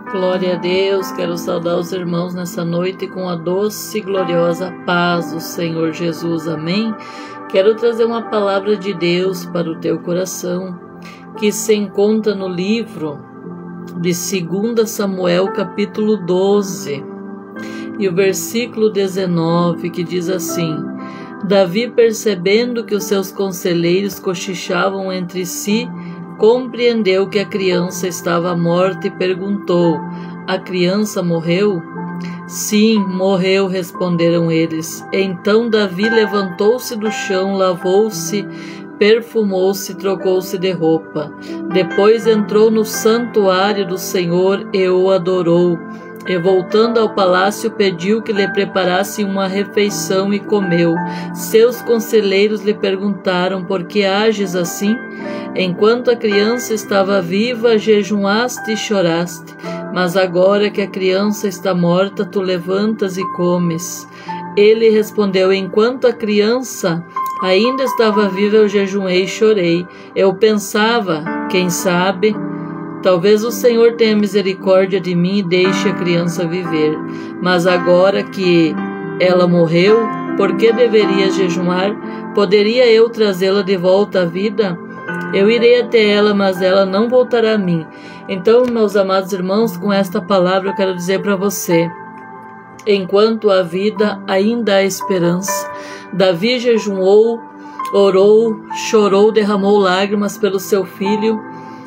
Glória a Deus, quero saudar os irmãos nessa noite com a doce e gloriosa paz do Senhor Jesus, amém? Quero trazer uma palavra de Deus para o teu coração, que se encontra no livro de 2 Samuel, capítulo 12, e o versículo 19, que diz assim: Davi, percebendo que os seus conselheiros cochichavam entre si, compreendeu que a criança estava morta e perguntou: a criança morreu? Sim, morreu, responderam eles. Então Davi levantou-se do chão, lavou-se, perfumou-se, trocou-se de roupa. Depois entrou no santuário do Senhor e o adorou. E voltando ao palácio, pediu que lhe preparassem uma refeição e comeu. Seus conselheiros lhe perguntaram: por que ages assim? Enquanto a criança estava viva, jejuaste e choraste, mas agora que a criança está morta, tu levantas e comes. Ele respondeu: enquanto a criança ainda estava viva, eu jejuei e chorei. Eu pensava, quem sabe, talvez o Senhor tenha misericórdia de mim e deixe a criança viver. Mas agora que ela morreu, por que deveria jejuar? Poderia eu trazê-la de volta à vida? Eu irei até ela, mas ela não voltará a mim. Então, meus amados irmãos, com esta palavra eu quero dizer para você: enquanto há vida, ainda há esperança. Davi jejuou, orou, chorou, derramou lágrimas pelo seu filho,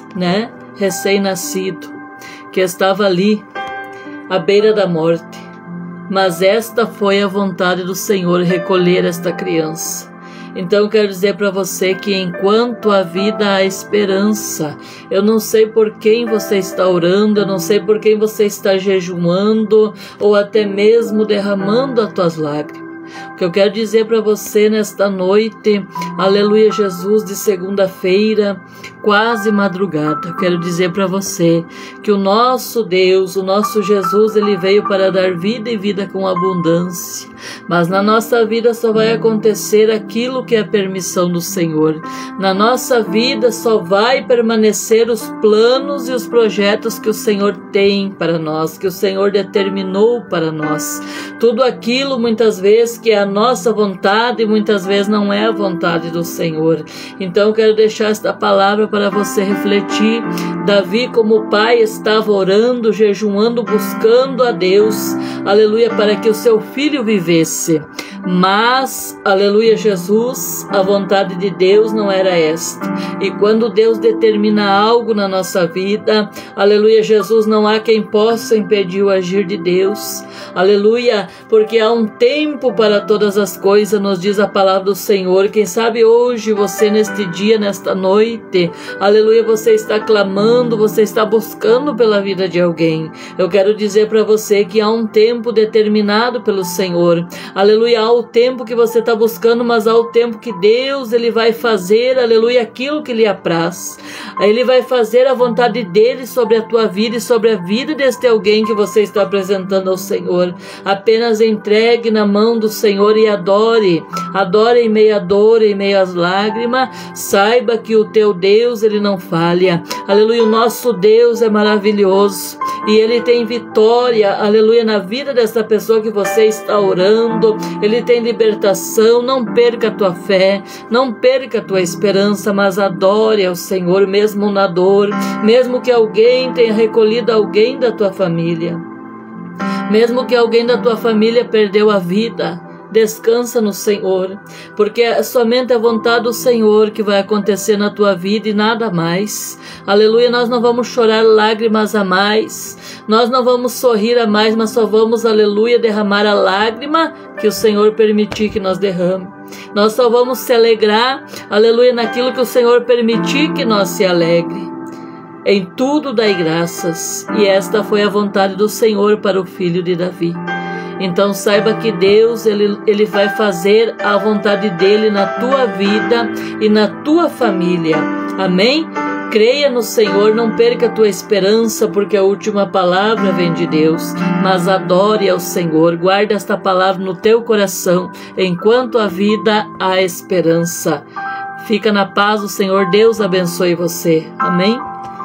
recém-nascido, que estava ali, à beira da morte. Mas esta foi a vontade do Senhor, recolher esta criança. Então eu quero dizer para você que enquanto há vida, há esperança. Eu não sei por quem você está orando, eu não sei por quem você está jejuando, ou até mesmo derramando as tuas lágrimas. O que eu quero dizer para você nesta noite, aleluia Jesus, de segunda-feira, quase madrugada, eu quero dizer para você que o nosso Deus, o nosso Jesus, ele veio para dar vida e vida com abundância. Mas na nossa vida só vai acontecer aquilo que é a permissão do Senhor. Na nossa vida só vai permanecer os planos e os projetos que o Senhor tem para nós, que o Senhor determinou para nós. Tudo aquilo muitas vezes que é a nossa vontade, muitas vezes não é a vontade do Senhor. Então eu quero deixar esta palavra para você refletir. Davi, como pai, estava orando, jejuando, buscando a Deus, aleluia, para que o seu filho vivesse. Mas, aleluia Jesus, a vontade de Deus não era esta. E quando Deus determina algo na nossa vida, aleluia Jesus, não há quem possa impedir o agir de Deus. Aleluia, porque há um tempo para todas as coisas, nos diz a palavra do Senhor. Quem sabe hoje você, neste dia, nesta noite, aleluia, você está clamando, você está buscando pela vida de alguém. Eu quero dizer para você que há um tempo determinado pelo Senhor. Aleluia, há o tempo que você está buscando, mas há o tempo que Deus, ele vai fazer, aleluia, aquilo que lhe apraz. Ele vai fazer a vontade dele sobre a tua vida e sobre a vida deste alguém que você está apresentando ao Senhor. Apenas entregue na mão do Senhor e adore. Adore em meio à dor, em meio às lágrimas. Saiba que o teu Deus, ele não falha. Aleluia, o nosso Deus é maravilhoso. E ele tem vitória, aleluia, na vida dessa pessoa que você está orando. Ele tem libertação. Não perca a tua fé, não perca a tua esperança, mas adore ao Senhor mesmo na dor, mesmo que alguém tenha recolhido alguém da tua família, mesmo que alguém da tua família perdeu a vida. Descansa no Senhor, porque é somente a vontade do Senhor que vai acontecer na tua vida e nada mais. Aleluia, nós não vamos chorar lágrimas a mais, nós não vamos sorrir a mais, mas só vamos, aleluia, derramar a lágrima que o Senhor permitir que nós derrame. Nós só vamos se alegrar, aleluia, naquilo que o Senhor permitir que nós se alegre. Em tudo dai graças, e esta foi a vontade do Senhor para o filho de Davi. Então saiba que Deus, ele vai fazer a vontade dele na tua vida e na tua família. Amém? Creia no Senhor, não perca a tua esperança, porque a última palavra vem de Deus. Mas adore ao Senhor, guarda esta palavra no teu coração. Enquanto a vida, há esperança. Fica na paz do Senhor, Deus abençoe você. Amém?